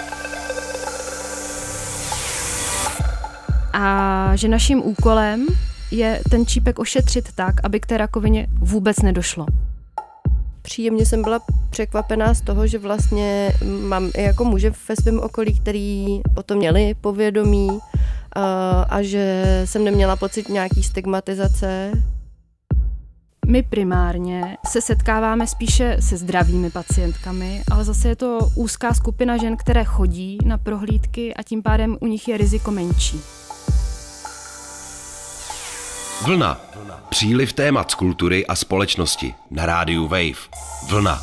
A že naším úkolem je ten čípek ošetřit tak, aby k té rakovině vůbec nedošlo. Příjemně jsem byla překvapená z toho, že vlastně mám i jako muže ve svém okolí, který o tom měli povědomí a že jsem neměla pocit nějaký stigmatizace. My primárně se setkáváme spíše se zdravými pacientkami, ale zase je to úzká skupina žen, které chodí na prohlídky a tím pádem u nich je riziko menší. Vlna. Příliv témat z kultury a společnosti na rádiu Wave. Vlna.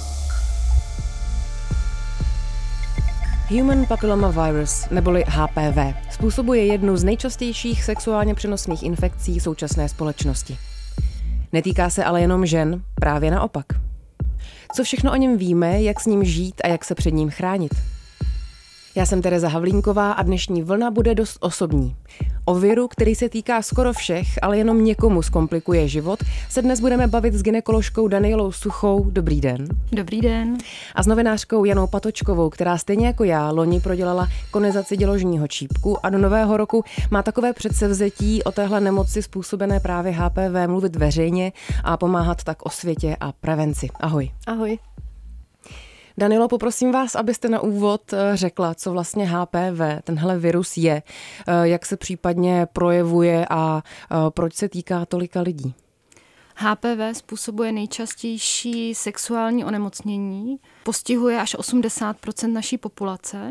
Human Papilloma Virus, neboli HPV, způsobuje jednu z nejčastějších sexuálně přenosných infekcí současné společnosti. Netýká se ale jenom žen, právě naopak. Co všechno o něm víme, jak s ním žít a jak se před ním chránit? Já jsem Tereza Havlínková a dnešní vlna bude dost osobní. O viru, který se týká skoro všech, ale jenom někomu zkomplikuje život, se dnes budeme bavit s gynekoložkou Danielou Suchou. Dobrý den. Dobrý den. A s novinářkou Janou Patočkovou, která stejně jako já loni prodělala konizaci děložního čípku a do nového roku má takové předsevzetí o téhle nemoci způsobené právě HPV mluvit veřejně a pomáhat tak osvětě a prevenci. Ahoj. Ahoj. Danielo, poprosím vás, abyste na úvod řekla, co vlastně HPV, tenhle virus je, jak se případně projevuje a proč se týká tolika lidí. HPV způsobuje nejčastější sexuální onemocnění, postihuje až 80% naší populace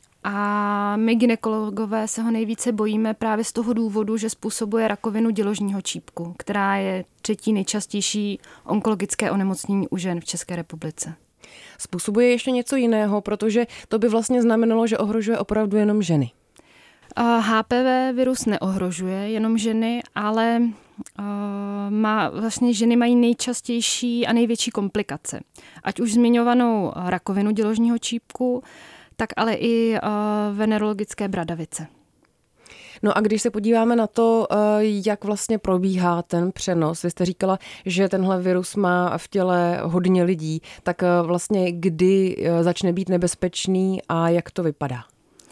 a my gynekologové se ho nejvíce bojíme právě z toho důvodu, že způsobuje rakovinu děložního čípku, která je třetí nejčastější onkologické onemocnění u žen v České republice. Způsobuje ještě něco jiného, protože to by vlastně znamenalo, že ohrožuje opravdu jenom ženy. HPV virus neohrožuje jenom ženy, ale vlastně ženy mají nejčastější a největší komplikace. Ať už zmiňovanou rakovinu děložního čípku, tak ale i venerologické bradavice. No a když se podíváme na to, jak vlastně probíhá ten přenos, vy jste říkala, že tenhle virus má v těle hodně lidí, tak vlastně kdy začne být nebezpečný a jak to vypadá?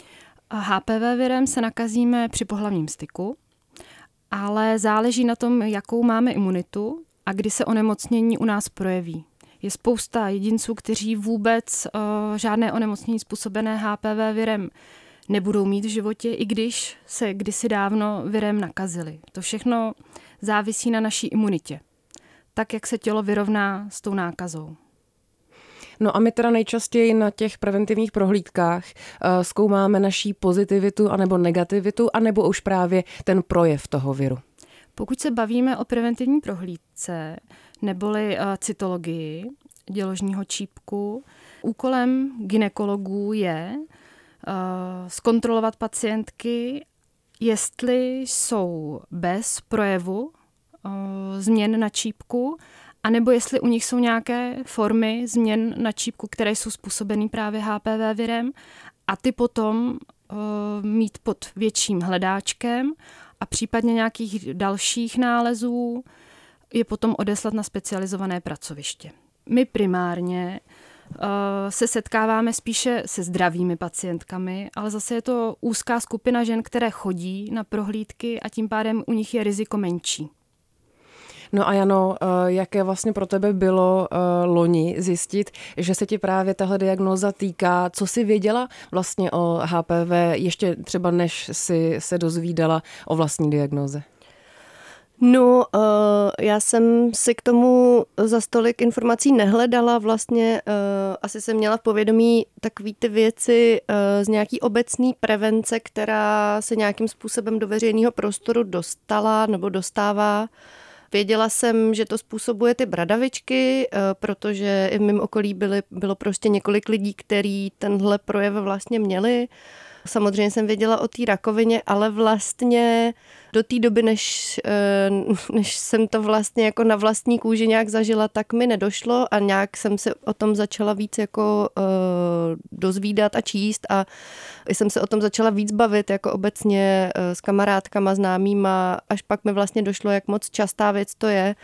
HPV virem se nakazíme při pohlavním styku, ale záleží na tom, jakou máme imunitu a kdy se onemocnění u nás projeví. Je spousta jedinců, kteří vůbec žádné onemocnění způsobené HPV virem nebudou mít v životě, i když se kdysi dávno virem nakazili. To všechno závisí na naší imunitě. Tak, jak se tělo vyrovná s tou nákazou. No a my teda nejčastěji na těch preventivních prohlídkách zkoumáme naší pozitivitu anebo negativitu, anebo už právě ten projev toho viru. Pokud se bavíme o preventivní prohlídce, neboli cytologii děložního čípku, úkolem gynekologů je zkontrolovat pacientky, jestli jsou bez projevu změn na čípku, anebo jestli u nich jsou nějaké formy změn na čípku, které jsou způsobeny právě HPV virem a ty potom mít pod větším hledáčkem a případně nějakých dalších nálezů je potom odeslat na specializované pracoviště. My primárně se setkáváme spíše se zdravými pacientkami, ale zase je to úzká skupina žen, které chodí na prohlídky a tím pádem u nich je riziko menší. No a Jano, jaké vlastně pro tebe bylo loni zjistit, že se ti právě tahle diagnóza týká? Co jsi věděla vlastně o HPV ještě třeba než jsi se dozvídala o vlastní diagnóze? No, já jsem si k tomu za stolik informací nehledala. Vlastně asi jsem měla v povědomí takový ty věci z nějaký obecný prevence, která se nějakým způsobem do veřejného prostoru dostala nebo dostává. Věděla jsem, že to způsobuje ty bradavičky, protože i v mém okolí bylo prostě několik lidí, kteří tenhle projev vlastně měli. Samozřejmě jsem věděla o té rakovině, ale vlastně do té doby, než jsem to vlastně jako na vlastní kůži nějak zažila, tak mi nedošlo a nějak jsem se o tom začala víc jako dozvídat a číst a jsem se o tom začala víc bavit jako obecně s kamarádkama, známýma, až pak mi vlastně došlo, jak moc častá věc to je.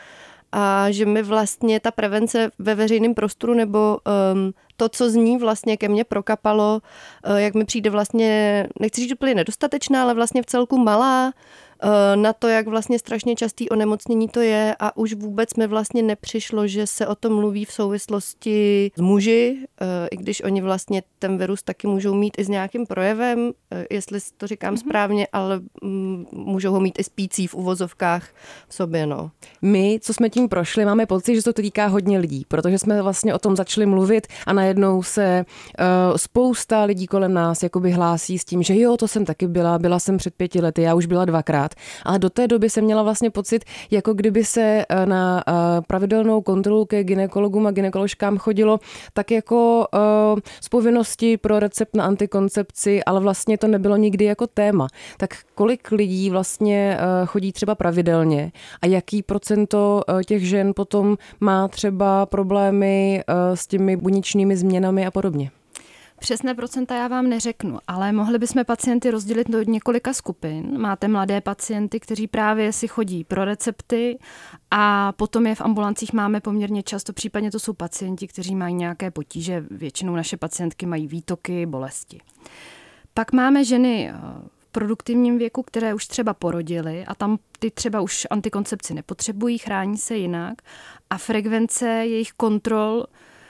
a že mi vlastně ta prevence ve veřejném prostoru nebo to, co z ní vlastně ke mně prokapalo, jak mi přijde vlastně, nechci říct úplně nedostatečná, ale vlastně v celku malá, na to, jak vlastně strašně častý onemocnění to je a už vůbec mi vlastně nepřišlo, že se o tom mluví v souvislosti s muži, i když oni vlastně ten virus taky můžou mít i s nějakým projevem, jestli to říkám správně, ale můžou ho mít i spící v uvozovkách v sobě. No. My, co jsme tím prošli, máme pocit, že se to týká hodně lidí, protože jsme vlastně o tom začali mluvit a najednou se spousta lidí kolem nás jakoby hlásí s tím, že jo, to jsem taky byla jsem před 5 lety, já už byla 2krát. Ale do té doby jsem měla vlastně pocit, jako kdyby se na pravidelnou kontrolu ke gynekologům a gynekoložkám chodilo tak jako z povinnosti pro recept na antikoncepci, ale vlastně to nebylo nikdy jako téma. Tak kolik lidí vlastně chodí třeba pravidelně a jaký procento těch žen potom má třeba problémy s těmi buněčnými změnami a podobně? Přesné procenta já vám neřeknu, ale mohli bychom pacienty rozdělit do několika skupin. Máte mladé pacienty, kteří právě si chodí pro recepty a potom je v ambulancích máme poměrně často, případně to jsou pacienti, kteří mají nějaké potíže, většinou naše pacientky mají výtoky, bolesti. Pak máme ženy v produktivním věku, které už třeba porodily a tam ty třeba už antikoncepci nepotřebují, chrání se jinak a frekvence jejich kontrol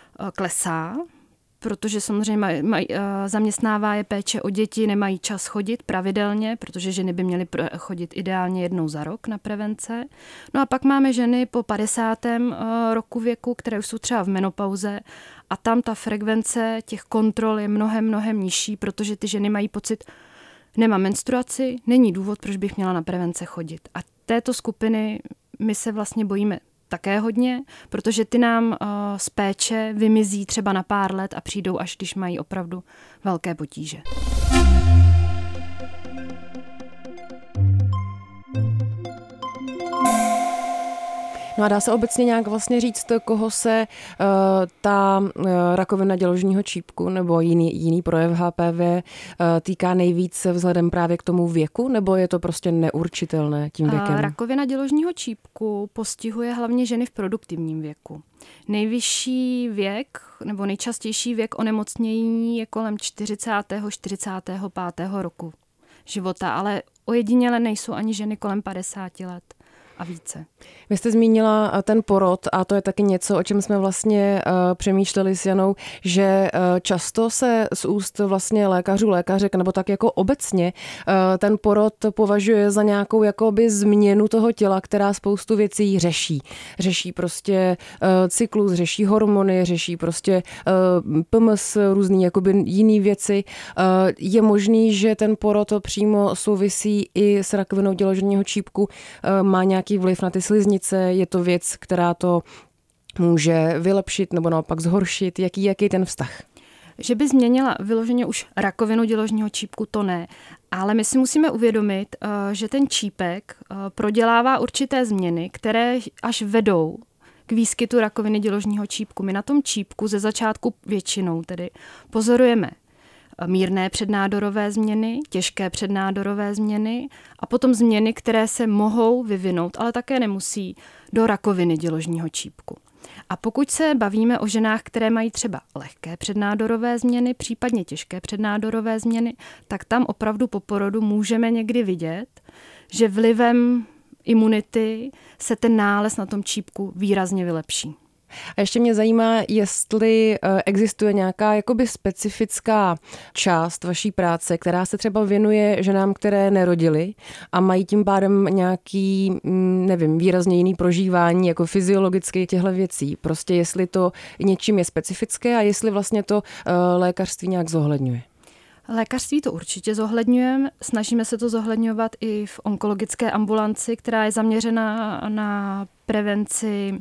klesá, protože samozřejmě zaměstnává je péče o děti, nemají čas chodit pravidelně, protože ženy by měly chodit ideálně jednou za rok na prevence. No a pak máme ženy po 50. roku věku, které už jsou třeba v menopauze a tam ta frekvence těch kontrol je mnohem nižší, protože ty ženy mají pocit, nemám menstruaci, není důvod, proč bych měla na prevence chodit. A této skupiny my se vlastně bojíme také hodně, protože ty nám z péče vymizí třeba na pár let a přijdou, až když mají opravdu velké potíže. No a dá se obecně nějak vlastně říct, koho se ta rakovina děložního čípku nebo jiný projev HPV týká nejvíc vzhledem právě k tomu věku, nebo je to prostě neurčitelné tím věkem? Rakovina děložního čípku postihuje hlavně ženy v produktivním věku. Nejvyšší věk nebo nejčastější věk onemocnění je kolem 45. roku života, ale ojediněle nejsou ani ženy kolem 50 let. A více. Vy jste zmínila ten porod a to je taky něco, o čem jsme vlastně přemýšleli s Janou, že často se z úst vlastně lékařek nebo tak jako obecně ten porod považuje za nějakou jakoby změnu toho těla, která spoustu věcí řeší. Řeší prostě cyklus, řeší hormony, řeší prostě PMS, různý jakoby jiný věci. Je možný, že ten porod přímo souvisí i s rakovinou děložního čípku, má nějaký vliv na ty sliznice, je to věc, která to může vylepšit nebo naopak zhoršit, jaký ten vztah? Že by změnila vyloženě už rakovinu děložního čípku, to ne. Ale my si musíme uvědomit, že ten čípek prodělává určité změny, které až vedou k výskytu rakoviny děložního čípku. My na tom čípku ze začátku většinou tedy pozorujeme mírné přednádorové změny, těžké přednádorové změny a potom změny, které se mohou vyvinout, ale také nemusí, do rakoviny děložního čípku. A pokud se bavíme o ženách, které mají třeba lehké přednádorové změny, případně těžké přednádorové změny, tak tam opravdu po porodu můžeme někdy vidět, že vlivem imunity se ten nález na tom čípku výrazně vylepší. A ještě mě zajímá, jestli existuje nějaká jakoby specifická část vaší práce, která se třeba věnuje ženám, které nerodily a mají tím pádem nějaký, nevím, výrazně jiný prožívání, jako fyziologicky těchto věcí. Prostě jestli to něčím je specifické a jestli vlastně to lékařství nějak zohledňuje. Lékařství to určitě zohledňujeme. Snažíme se to zohledňovat i v onkologické ambulanci, která je zaměřena na prevenci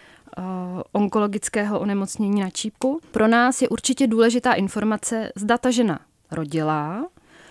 onkologického onemocnění na čípku. Pro nás je určitě důležitá informace, zda ta žena rodila,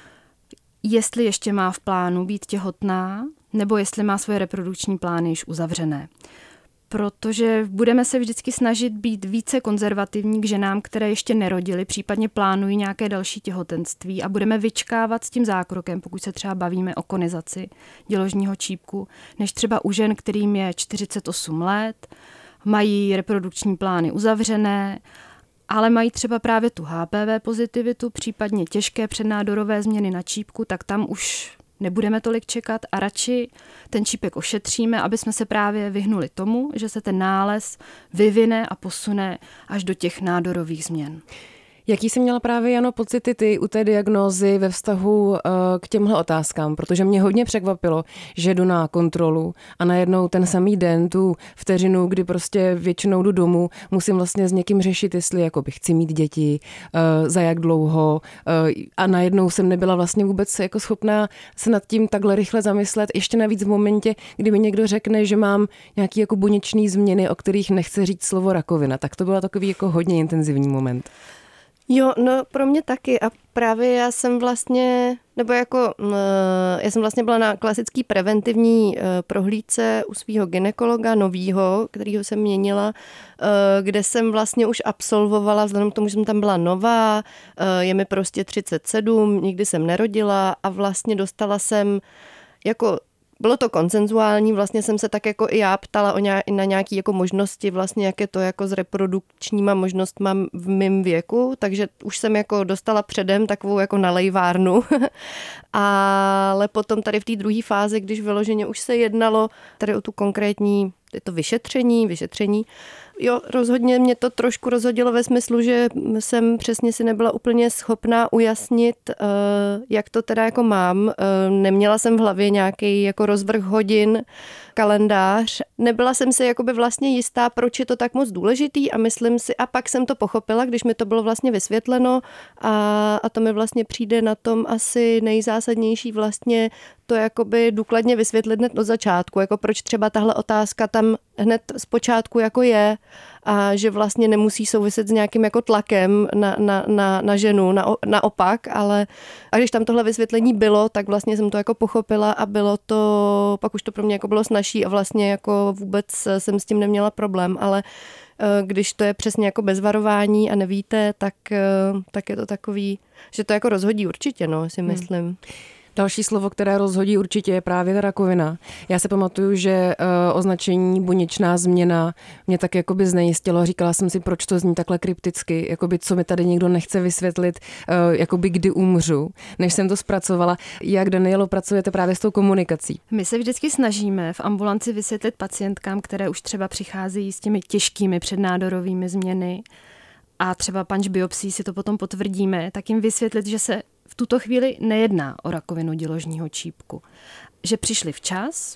jestli ještě má v plánu být těhotná, nebo jestli má svoje reprodukční plány již uzavřené. protože budeme se vždycky snažit být více konzervativní k ženám, které ještě nerodily, případně plánují nějaké další těhotenství a budeme vyčkávat s tím zákrokem, pokud se třeba bavíme o konizaci děložního čípku, než třeba u žen, kterým je 48 let, mají reprodukční plány uzavřené, ale mají třeba právě tu HPV pozitivitu, případně těžké přednádorové změny na čípku, tak tam už nebudeme tolik čekat a radši ten čípek ošetříme, aby jsme se právě vyhnuli tomu, že se ten nález vyvine a posune až do těch nádorových změn. Jaký jsi měla právě, Jano, pocity ty u té diagnózy ve vztahu k těmhle otázkám? Protože mě hodně překvapilo, že jdu na kontrolu a najednou ten samý den, tu vteřinu, kdy prostě většinou jdu domů, musím vlastně s někým řešit, jestli jakoby chci mít děti, za jak dlouho a najednou jsem nebyla vlastně vůbec jako schopná se nad tím takhle rychle zamyslet. Ještě navíc v momentě, kdy mi někdo řekne, že mám nějaký jako buněčný změny, o kterých nechce říct slovo rakovina, tak to byl takový jako hodně intenzivní moment. Jo, no pro mě taky a právě já jsem vlastně byla na klasický preventivní prohlídce u svého gynekologa novýho, kterýho jsem měnila, kde jsem vlastně už absolvovala, vzhledem k tomu, že jsem tam byla nová, je mi prostě 37, nikdy jsem nerodila a vlastně dostala jsem bylo to konsenzuální, vlastně jsem se tak jako i já ptala na nějaké jako možnosti, vlastně jak je to jako s reprodukčníma možnostma v mém věku, takže už jsem jako dostala předem takovou jako nalejvárnu. Ale potom tady v té druhé fázi, když vyloženě už se jednalo tady o tu konkrétní, je to vyšetření, jo, rozhodně mě to trošku rozhodilo ve smyslu, že jsem přesně si nebyla úplně schopná ujasnit, jak to teda jako mám. Neměla jsem v hlavě nějaký jako rozvrh hodin, kalendář. Nebyla jsem si jakoby vlastně jistá, proč je to tak moc důležitý a myslím si, a pak jsem to pochopila, když mi to bylo vlastně vysvětleno a to mi vlastně přijde na tom asi nejzásadnější vlastně to jakoby důkladně vysvětlit hned od začátku, jako proč třeba tahle otázka tam hned z počátku jako je a že vlastně nemusí souviset s nějakým jako tlakem na ženu, naopak, ale a když tam tohle vysvětlení bylo, tak vlastně jsem to jako pochopila a bylo to, pak už to pro mě jako bylo snazší a vlastně jako vůbec jsem s tím neměla problém, ale když to je přesně jako bez varování a nevíte, tak je to takový, že to jako rozhodí určitě, no, si myslím. Další slovo, které rozhodí určitě, je právě ta rakovina. Já se pamatuju, že označení buněčná změna mě tak jakoby znejistilo. Říkala jsem si, proč to zní takhle krypticky, jakoby co mi tady někdo nechce vysvětlit, jakoby kdy umřu, než jsem to zpracovala. Jak, Danielo, pracujete právě s tou komunikací? My se vždycky snažíme v ambulanci vysvětlit pacientkám, které už třeba přicházejí s těmi těžkými přednádorovými změny a třeba punch biopsí si to potom potvrdíme, tak jim vysvětlit, že se v tuto chvíli nejedná o rakovinu děložního čípku. Že přišli včas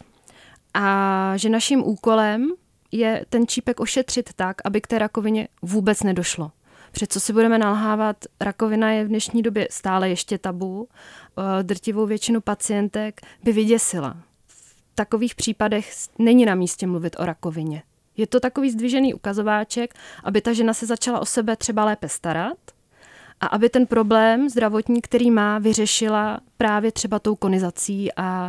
a že naším úkolem je ten čípek ošetřit tak, aby k té rakovině vůbec nedošlo. Protože co si budeme nalhávat, rakovina je v dnešní době stále ještě tabu. Drtivou většinu pacientek by vyděsila. V takových případech není na místě mluvit o rakovině. Je to takový zdvižený ukazováček, aby ta žena se začala o sebe třeba lépe starat, a aby ten problém zdravotní, který má, vyřešila právě třeba tou konizací a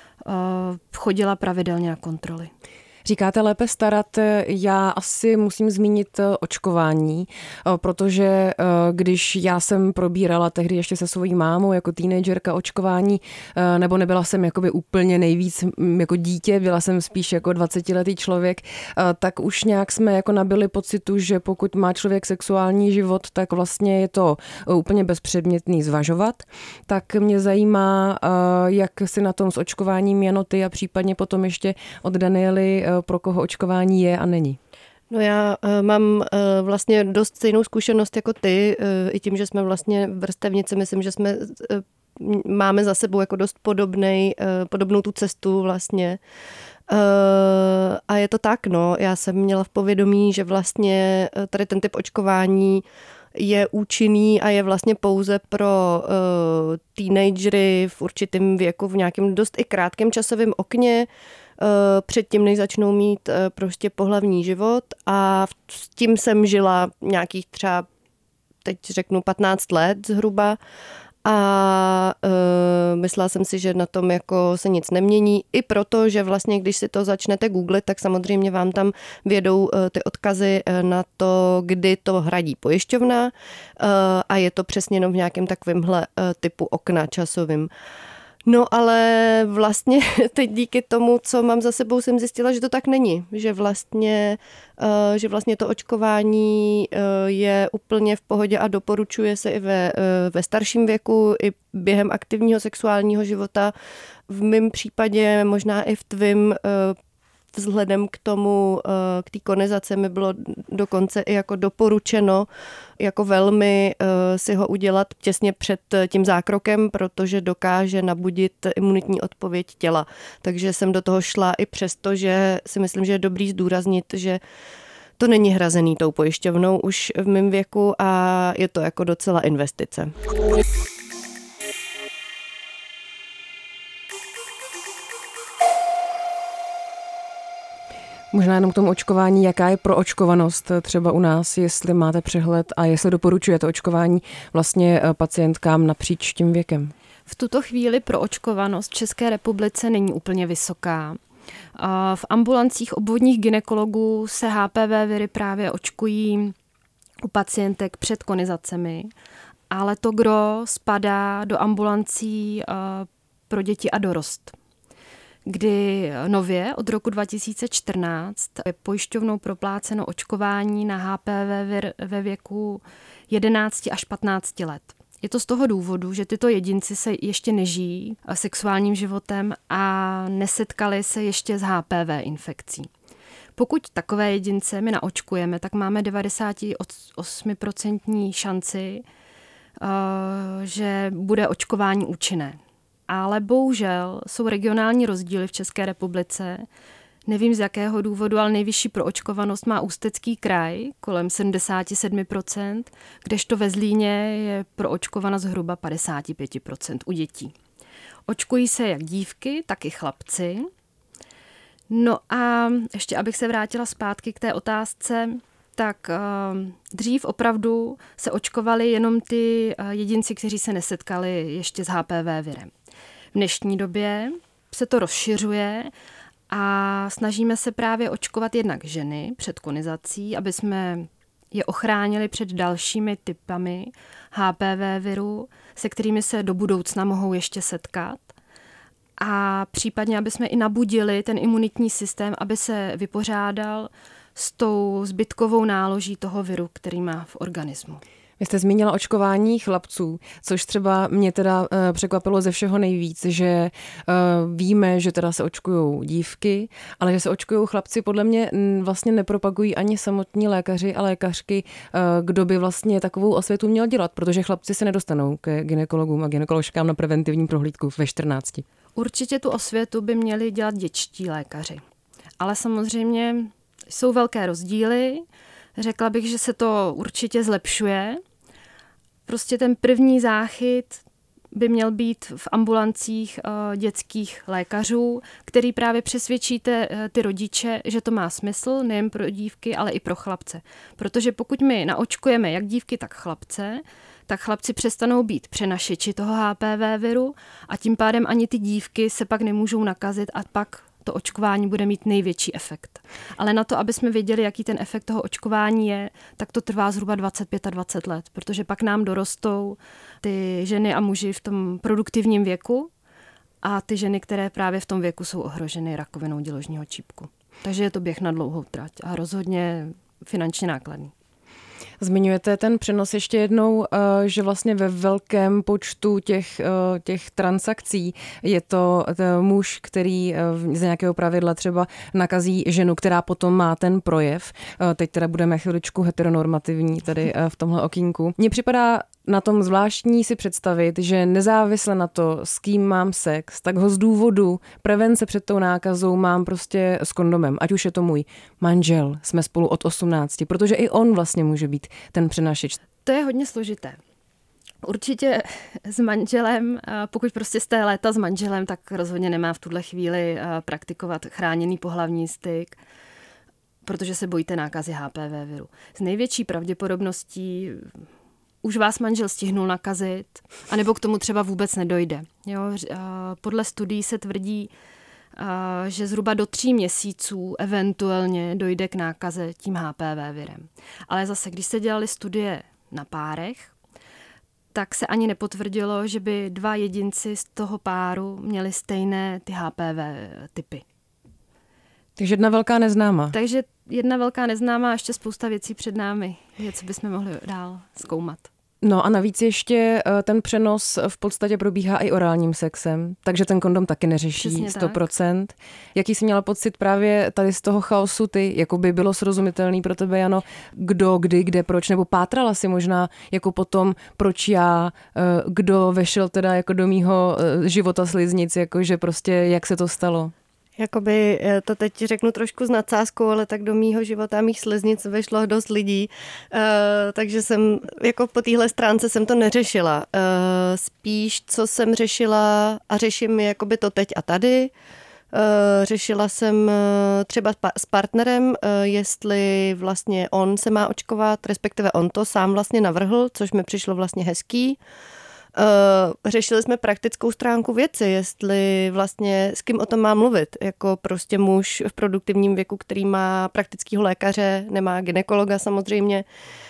chodila pravidelně na kontroly. Říkáte lépe starat, já asi musím zmínit očkování, protože když já jsem probírala tehdy ještě se svojí mámou jako teenagerka očkování, nebo nebyla jsem jakoby úplně nejvíc jako dítě, byla jsem spíš jako 20letý člověk, tak už nějak jsme jako nabili pocitu, že pokud má člověk sexuální život, tak vlastně je to úplně bezpředmětný zvažovat. Tak mě zajímá, jak si na tom s očkováním, Jano, ty a případně potom ještě od Daniely, pro koho očkování je a není. No já mám vlastně dost stejnou zkušenost jako ty, i tím, že jsme vlastně vrstevnice, myslím, že máme za sebou jako dost podobnou tu cestu vlastně. A je to tak, no, já jsem měla v povědomí, že vlastně tady ten typ očkování je účinný a je vlastně pouze pro teenagery v určitém věku, v nějakém dost i krátkém časovém okně, předtím, než začnou mít prostě pohlavní život a s tím jsem žila nějakých třeba, teď řeknu 15 let zhruba A myslela jsem si, že na tom jako se nic nemění, i proto, že vlastně, když si to začnete googlit, tak samozřejmě vám tam vědou ty odkazy na to, kdy to hradí pojišťovna a je to přesně jenom v nějakém takovémhle typu okna časovým. No ale vlastně teď díky tomu, co mám za sebou, jsem zjistila, že to tak není. Že vlastně to očkování je úplně v pohodě a doporučuje se i ve starším věku, i během aktivního sexuálního života. V mém případě, možná i v tvým, vzhledem k tomu, k té konizaci mi bylo dokonce i jako doporučeno jako velmi si ho udělat těsně před tím zákrokem, protože dokáže nabudit imunitní odpověď těla. Takže jsem do toho šla i přesto, že si myslím, že je dobrý zdůraznit, že to není hrazený tou pojišťovnou už v mém věku a je to jako docela investice. Možná jenom k tomu očkování, jaká je proočkovanost třeba u nás, jestli máte přehled a jestli doporučujete očkování vlastně pacientkám napříč tím věkem. V tuto chvíli proočkovanost v České republice není úplně vysoká. V ambulancích obvodních gynekologů se HPV viry právě očkují u pacientek před konizacemi, ale to gro spadá do ambulancí pro děti a dorost, kdy nově od roku 2014 je pojišťovnou propláceno očkování na HPV vir ve věku 11 až 15 let. Je to z toho důvodu, že tyto jedinci se ještě nežijí sexuálním životem a nesetkali se ještě s HPV infekcí. Pokud takové jedince my naočkujeme, tak máme 98% šanci, že bude očkování účinné. Ale bohužel jsou regionální rozdíly v České republice. Nevím z jakého důvodu, ale nejvyšší proočkovanost má Ústecký kraj, kolem 77%, kdežto ve Zlíně je proočkována zhruba 55% u dětí. Očkují se jak dívky, tak i chlapci. No a ještě abych se vrátila zpátky k té otázce, tak dřív opravdu se očkovali jenom ty jedinci, kteří se nesetkali ještě s HPV virem. V dnešní době se to rozšiřuje a snažíme se právě očkovat jednak ženy před konizací, aby jsme je ochránili před dalšími typami HPV viru, se kterými se do budoucna mohou ještě setkat. A případně, aby jsme i nabudili ten imunitní systém, aby se vypořádal s tou zbytkovou náloží toho viru, který má v organismu. Vy jste zmínila očkování chlapců, což třeba mě teda překvapilo ze všeho nejvíc, že víme, že teda se očkujou dívky, ale že se očkujou chlapci, podle mě vlastně nepropagují ani samotní lékaři a lékařky, kdo by vlastně takovou osvětu měl dělat, protože chlapci se nedostanou ke gynekologům a gynekoložkám na preventivní prohlídku ve 14. Určitě tu osvětu by měli dělat dětští lékaři, ale samozřejmě jsou velké rozdíly. Řekla bych, že se to určitě zlepšuje. Prostě ten první záchyt by měl být v ambulancích dětských lékařů, který právě přesvědčíte ty rodiče, že to má smysl nejen pro dívky, ale i pro chlapce. Protože pokud my naočkujeme jak dívky, tak chlapce, tak chlapci přestanou být přenašeči toho HPV viru a tím pádem ani ty dívky se pak nemůžou nakazit a pak to očkování bude mít největší efekt. Ale na to, aby jsme věděli, jaký ten efekt toho očkování je, tak to trvá zhruba 25 a 20 let, protože pak nám dorostou ty ženy a muži v tom produktivním věku a ty ženy, které právě v tom věku jsou ohroženy rakovinou děložního čípku. Takže je to běh na dlouhou trať a rozhodně finančně nákladný. Zmiňujete ten přenos ještě jednou, že vlastně ve velkém počtu těch transakcí je to muž, který z nějakého pravidla třeba nakazí ženu, která potom má ten projev. Teď teda budeme chviličku heteronormativní tady v tomhle okýnku. Mně připadá na tom zvláštní si představit, že nezávisle na to, s kým mám sex, tak ho z důvodu prevence před tou nákazou mám prostě s kondomem. Ať už je to můj manžel, jsme spolu od 18, protože i on vlastně může být ten přenašeč. To je hodně složité. Určitě s manželem, pokud prostě jste léta s manželem, tak rozhodně nemá v tuhle chvíli praktikovat chráněný pohlavní styk, protože se bojíte nákazy HPV viru. S největší pravděpodobností už vás manžel stihnul nakazit, anebo k tomu třeba vůbec nedojde. Jo? Podle studií se tvrdí, že zhruba do 3 měsíců eventuálně dojde k nákaze tím HPV virem. Ale zase, když se dělaly studie na párech, tak se ani nepotvrdilo, že by 2 jedinci z toho páru měli stejné ty HPV typy. Takže jedna velká neznámá. Takže jedna velká neznámá a ještě spousta věcí před námi, co bychom mohli dál zkoumat. No a navíc ještě ten přenos v podstatě probíhá i orálním sexem, takže ten kondom taky neřeší. Přesně 100%. Tak. Jaký jsi měla pocit právě tady z toho chaosu ty? Jako by bylo srozumitelný pro tebe, Jano, kdo, kdy, kde, proč? Nebo pátrala si možná jako potom, proč já, kdo vešel teda jako do mýho života sliznic, jakože prostě jak se to stalo? Jakoby to teď řeknu trošku s nadsázkou, ale tak do mýho života mých sliznic vešlo dost lidí, takže jsem jako po téhle stránce jsem to neřešila. Spíš, co jsem řešila a řeším jakoby to teď a tady, řešila jsem třeba s partnerem, jestli vlastně on se má očkovat, respektive on to sám vlastně navrhl, což mi přišlo vlastně hezký. Řešili jsme praktickou stránku věci, jestli vlastně s kým o tom má mluvit, jako prostě muž v produktivním věku, který má praktického lékaře, nemá gynekologa samozřejmě,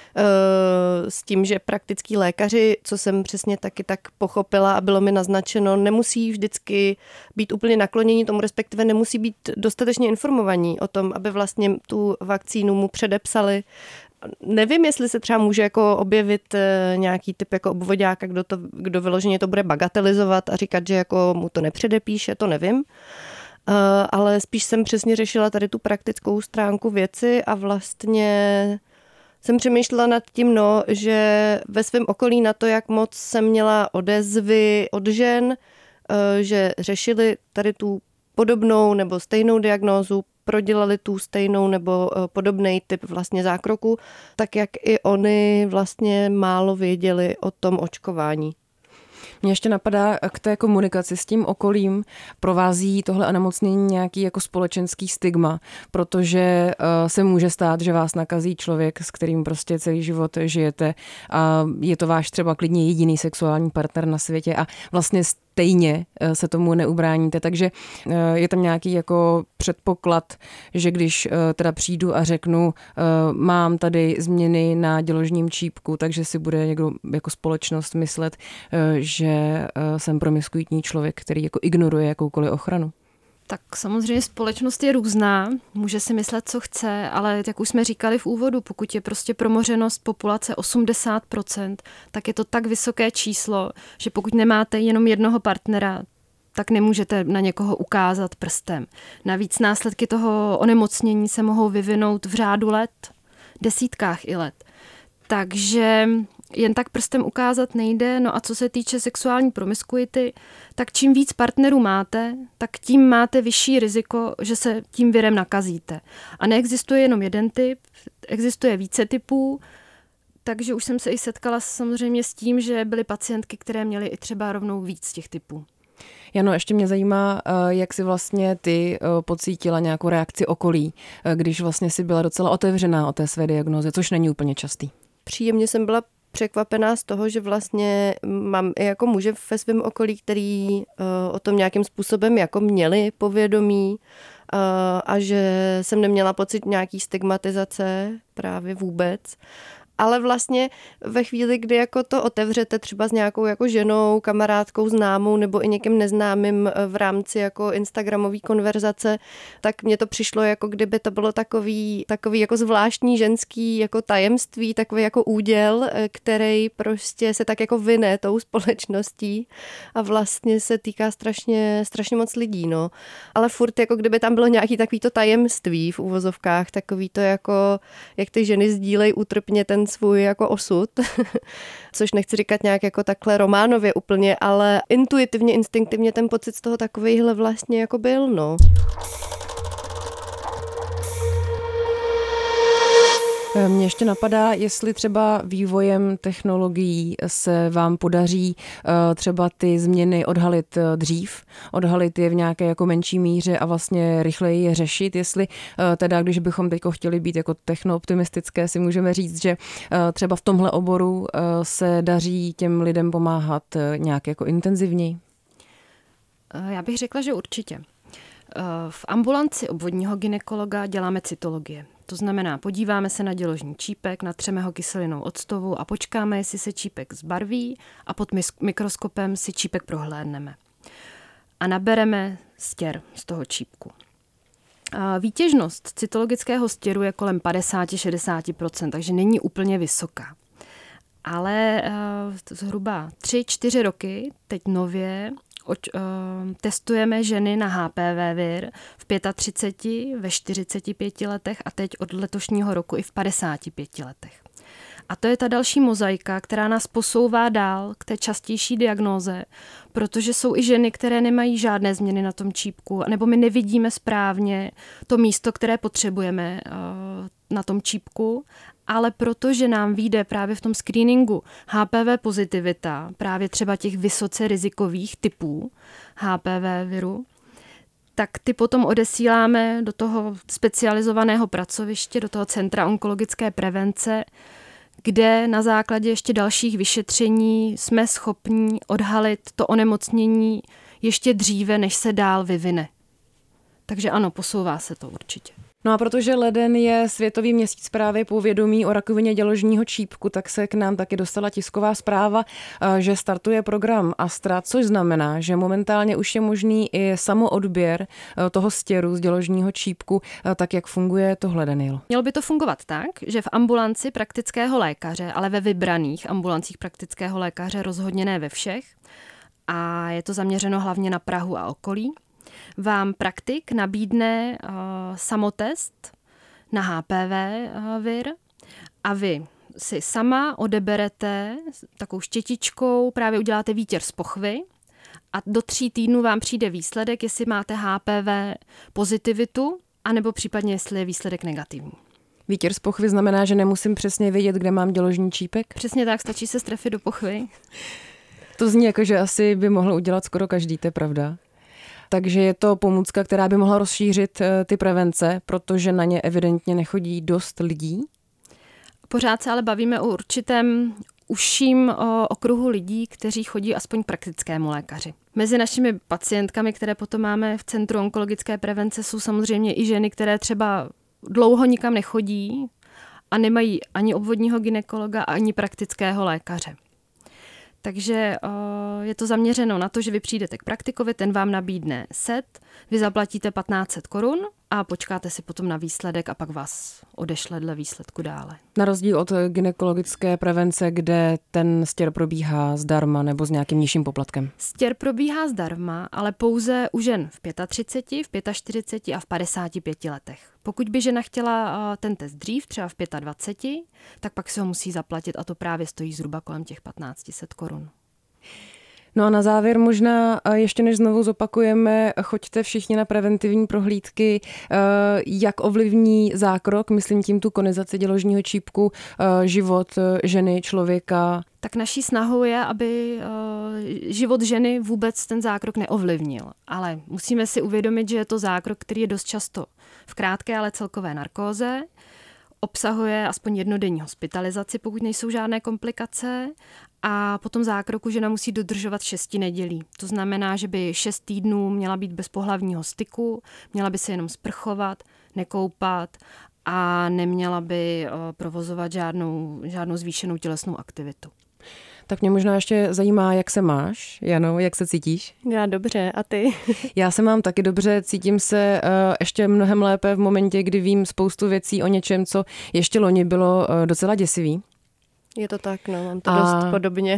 s tím, že praktický lékaři, co jsem přesně taky tak pochopila a bylo mi naznačeno, nemusí vždycky být úplně naklonění tomu, respektive nemusí být dostatečně informovaní o tom, aby vlastně tu vakcínu mu předepsali. Nevím, jestli se třeba může jako objevit nějaký typ jako obvoďáka, kdo vyloženě to bude bagatelizovat a říkat, že jako mu to nepředepíše, to nevím. Ale spíš jsem přesně řešila tady tu praktickou stránku věci a vlastně jsem přemýšlela nad tím, že ve svém okolí na to, jak moc jsem měla odezvy od žen, že řešili tady tu podobnou nebo stejnou diagnózu, prodělali tu stejnou nebo podobný typ vlastně zákroku, tak jak i oni vlastně málo věděli o tom očkování. Mně ještě napadá k té komunikaci s tím okolím, provází tohle onemocnění nějaký jako společenský stigma, protože se může stát, že vás nakazí člověk, s kterým prostě celý život žijete a je to váš třeba klidně jediný sexuální partner na světě a vlastně stejně se tomu neubráníte, takže je tam nějaký jako předpoklad, že když teda přijdu a řeknu, mám tady změny na děložním čípku, takže si bude někdo jako společnost myslet, že jsem promiskuitní člověk, který jako ignoruje jakoukoliv ochranu. Tak samozřejmě společnost je různá, může si myslet, co chce, ale jak už jsme říkali v úvodu, pokud je prostě promořenost populace 80%, tak je to tak vysoké číslo, že pokud nemáte jenom jednoho partnera, tak nemůžete na někoho ukázat prstem. Navíc následky toho onemocnění se mohou vyvinout v řádu let, desítkách i let. Takže jen tak prstem ukázat nejde. No a co se týče sexuální promiskuity, tak čím víc partnerů máte, tak tím máte vyšší riziko, že se tím virem nakazíte. A neexistuje jenom jeden typ, existuje více typů, takže už jsem se i setkala samozřejmě s tím, že byly pacientky, které měly i třeba rovnou víc těch typů. Jano, ještě mě zajímá, jak si vlastně ty pocítila nějakou reakci okolí, když vlastně si byla docela otevřená o té své diagnóze, což není úplně častý. Příjemně jsem byla překvapená z toho, že vlastně mám i jako muže ve svém okolí, který o tom nějakým způsobem jako měli povědomí a že jsem neměla pocit nějaký stigmatizace právě vůbec. Ale vlastně ve chvíli, kdy jako to otevřete třeba s nějakou jako ženou, kamarádkou, známou nebo i někým neznámým v rámci jako instagramové konverzace, tak mně to přišlo, jako kdyby to bylo takový jako zvláštní ženský jako tajemství, takový jako úděl, který prostě se tak jako vyne tou společností a vlastně se týká strašně moc lidí, no. Ale furt jako kdyby tam bylo nějaký takovýto tajemství v uvozovkách, takový to jako, jak ty ženy sdílejí útrpně ten svůj jako osud, což nechci říkat nějak jako takhle románově úplně, ale intuitivně, instinktivně ten pocit z toho takovejhle vlastně jako byl, no. Mně ještě napadá, jestli třeba vývojem technologií se vám podaří třeba ty změny odhalit dřív, odhalit je v nějaké jako menší míře a vlastně rychleji je řešit, jestli teda, když bychom teď chtěli být jako technooptimistické, si můžeme říct, že třeba v tomhle oboru se daří těm lidem pomáhat nějak jako intenzivněji? Já bych řekla, že určitě. V ambulanci obvodního gynekologa děláme cytologie. To znamená, podíváme se na děložní čípek, natřeme ho kyselinou octovou a počkáme, jestli se čípek zbarví a pod mikroskopem si čípek prohlédneme. A nabereme stěr z toho čípku. Výtěžnost cytologického stěru je kolem 50-60%, takže není úplně vysoká. Ale zhruba 3-4 roky, teď nově, testujeme ženy na HPV vir v 35, ve 45 letech a teď od letošního roku i v 55 letech. A to je ta další mozaika, která nás posouvá dál k té častější diagnóze, protože jsou i ženy, které nemají žádné změny na tom čípku, nebo my nevidíme správně to místo, které potřebujeme na tom čípku, ale protože nám vyjde právě v tom screeningu HPV pozitivita, právě třeba těch vysoce rizikových typů HPV viru, tak ty potom odesíláme do toho specializovaného pracoviště, do toho Centra onkologické prevence, kde na základě ještě dalších vyšetření jsme schopni odhalit to onemocnění ještě dříve, než se dál vyvine. Takže ano, posouvá se to určitě. No a protože leden je Světový měsíc právě povědomí o rakovině děložního čípku, tak se k nám taky dostala tisková zpráva, že startuje program Astra, což znamená, že momentálně už je možný i samoodběr toho stěru z děložního čípku, tak jak funguje tohle, Danielo. Mělo by to fungovat tak, že v ambulanci praktického lékaře, ale ve vybraných ambulancích praktického lékaře, rozhodně ne ve všech, a je to zaměřeno hlavně na Prahu a okolí, vám praktik nabídne samotest na HPV vir a vy si sama odeberete takovou štětičkou, právě uděláte výtěr z pochvy a do 3 týdnů vám přijde výsledek, jestli máte HPV pozitivitu, anebo případně jestli je výsledek negativní. Výtěr z pochvy znamená, že nemusím přesně vědět, kde mám děložní čípek? Přesně tak, stačí se strefit do pochvy. To zní jako, že asi by mohl udělat skoro každý, to je pravda. Takže je to pomůcka, která by mohla rozšířit ty prevence, protože na ně evidentně nechodí dost lidí. Pořád se ale bavíme o určitém užším okruhu lidí, kteří chodí aspoň k praktickému lékaři. Mezi našimi pacientkami, které potom máme v Centru onkologické prevence, jsou samozřejmě i ženy, které třeba dlouho nikam nechodí a nemají ani obvodního gynekologa, ani praktického lékaře. Takže je to zaměřeno na to, že vy přijdete k praktikovi, ten vám nabídne set, vy zaplatíte 1500 korun a počkáte si potom na výsledek a pak vás odešle dle výsledku dále. Na rozdíl od gynekologické prevence, kde ten stěr probíhá zdarma nebo s nějakým nižším poplatkem. Stěr probíhá zdarma, ale pouze u žen v 35, v 45 a v 55 letech. Pokud by žena chtěla ten test dřív, třeba v 25, tak pak si ho musí zaplatit a to právě stojí zhruba kolem těch 1500 korun. No a na závěr možná ještě než znovu zopakujeme, choďte všichni na preventivní prohlídky, jak ovlivní zákrok, myslím tím tu konizaci děložního čípku, život ženy, člověka. Tak naší snahou je, aby život ženy vůbec ten zákrok neovlivnil. Ale musíme si uvědomit, že je to zákrok, který je dost často v krátké, ale celkové narkóze. Obsahuje aspoň jednodenní hospitalizaci, pokud nejsou žádné komplikace. A potom zákroku žena musí dodržovat 6 nedělí. To znamená, že by 6 týdnů měla být bez pohlavního styku, měla by se jenom sprchovat, nekoupat a neměla by provozovat žádnou zvýšenou tělesnou aktivitu. Tak mě možná ještě zajímá, jak se máš, Jano, jak se cítíš? Já dobře, a ty? Já se mám taky dobře, cítím se ještě mnohem lépe v momentě, kdy vím spoustu věcí o něčem, co ještě loni bylo docela děsivý. Je to tak, no, mám to dost podobně.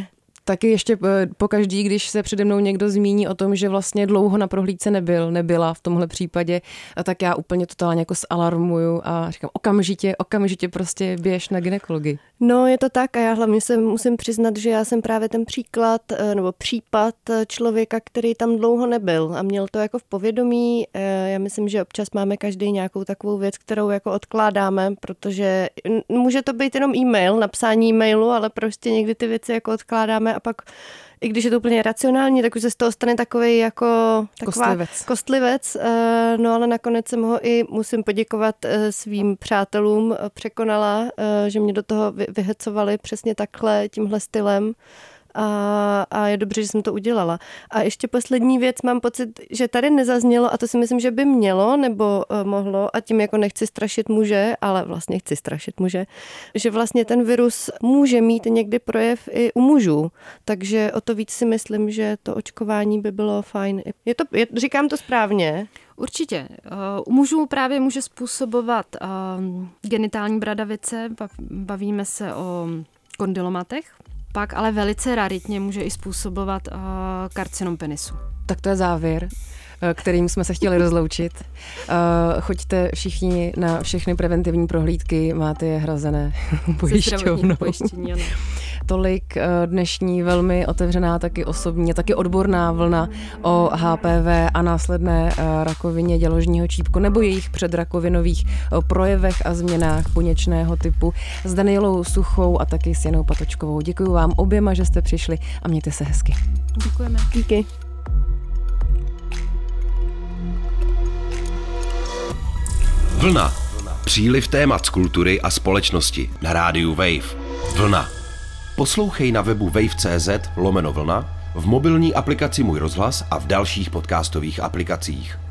Taky ještě pokaždý, když se přede mnou někdo zmíní o tom, že vlastně dlouho na prohlídce nebyla v tomhle případě, tak já úplně totálně jako zalarmuju a říkám okamžitě prostě běž na gynekologii. No, je to tak a já hlavně se musím přiznat, že já jsem právě ten případ člověka, který tam dlouho nebyl a měl to jako v povědomí. Já myslím, že občas máme každý nějakou takovou věc, kterou jako odkládáme, protože může to být jenom e-mail, napsání e-mailu, ale prostě někdy ty věci jako odkládáme a pak i když je to úplně racionální, tak už se z toho stane takovej jako kostlivec. No ale nakonec jsem ho i, musím poděkovat svým přátelům, překonala, že mě do toho vyhecovali přesně takhle, tímhle stylem. A je dobře, že jsem to udělala. A ještě poslední věc, mám pocit, že tady nezaznělo, a to si myslím, že by mělo nebo mohlo, a tím jako nechci strašit muže, ale vlastně chci strašit muže, že vlastně ten virus může mít někdy projev i u mužů. Takže o to víc si myslím, že to očkování by bylo fajn. Říkám to správně? Určitě. U mužů právě může způsobovat genitální bradavice, bavíme se o kondylomatech. Pak ale velice raritně může i způsobovat karcinom penisu. Tak to je závěr, kterým jsme se chtěli rozloučit. Choďte všichni na všechny preventivní prohlídky, máte je hrazené pojišťovnou. Tolik dnešní velmi otevřená, taky osobní, taky odborná vlna o HPV a následné rakovině děložního čípku nebo jejich předrakovinových projevech a změnách buněčného typu s Danielou Suchou a taky s Janou Patočkovou. Děkuji vám oběma, že jste přišli a mějte se hezky. Děkujeme. Díky. Vlna. Příliv témat z kultury a společnosti na rádiu Wave. Vlna. Poslouchej na webu wave.cz/vlna, v mobilní aplikaci Můj rozhlas a v dalších podcastových aplikacích.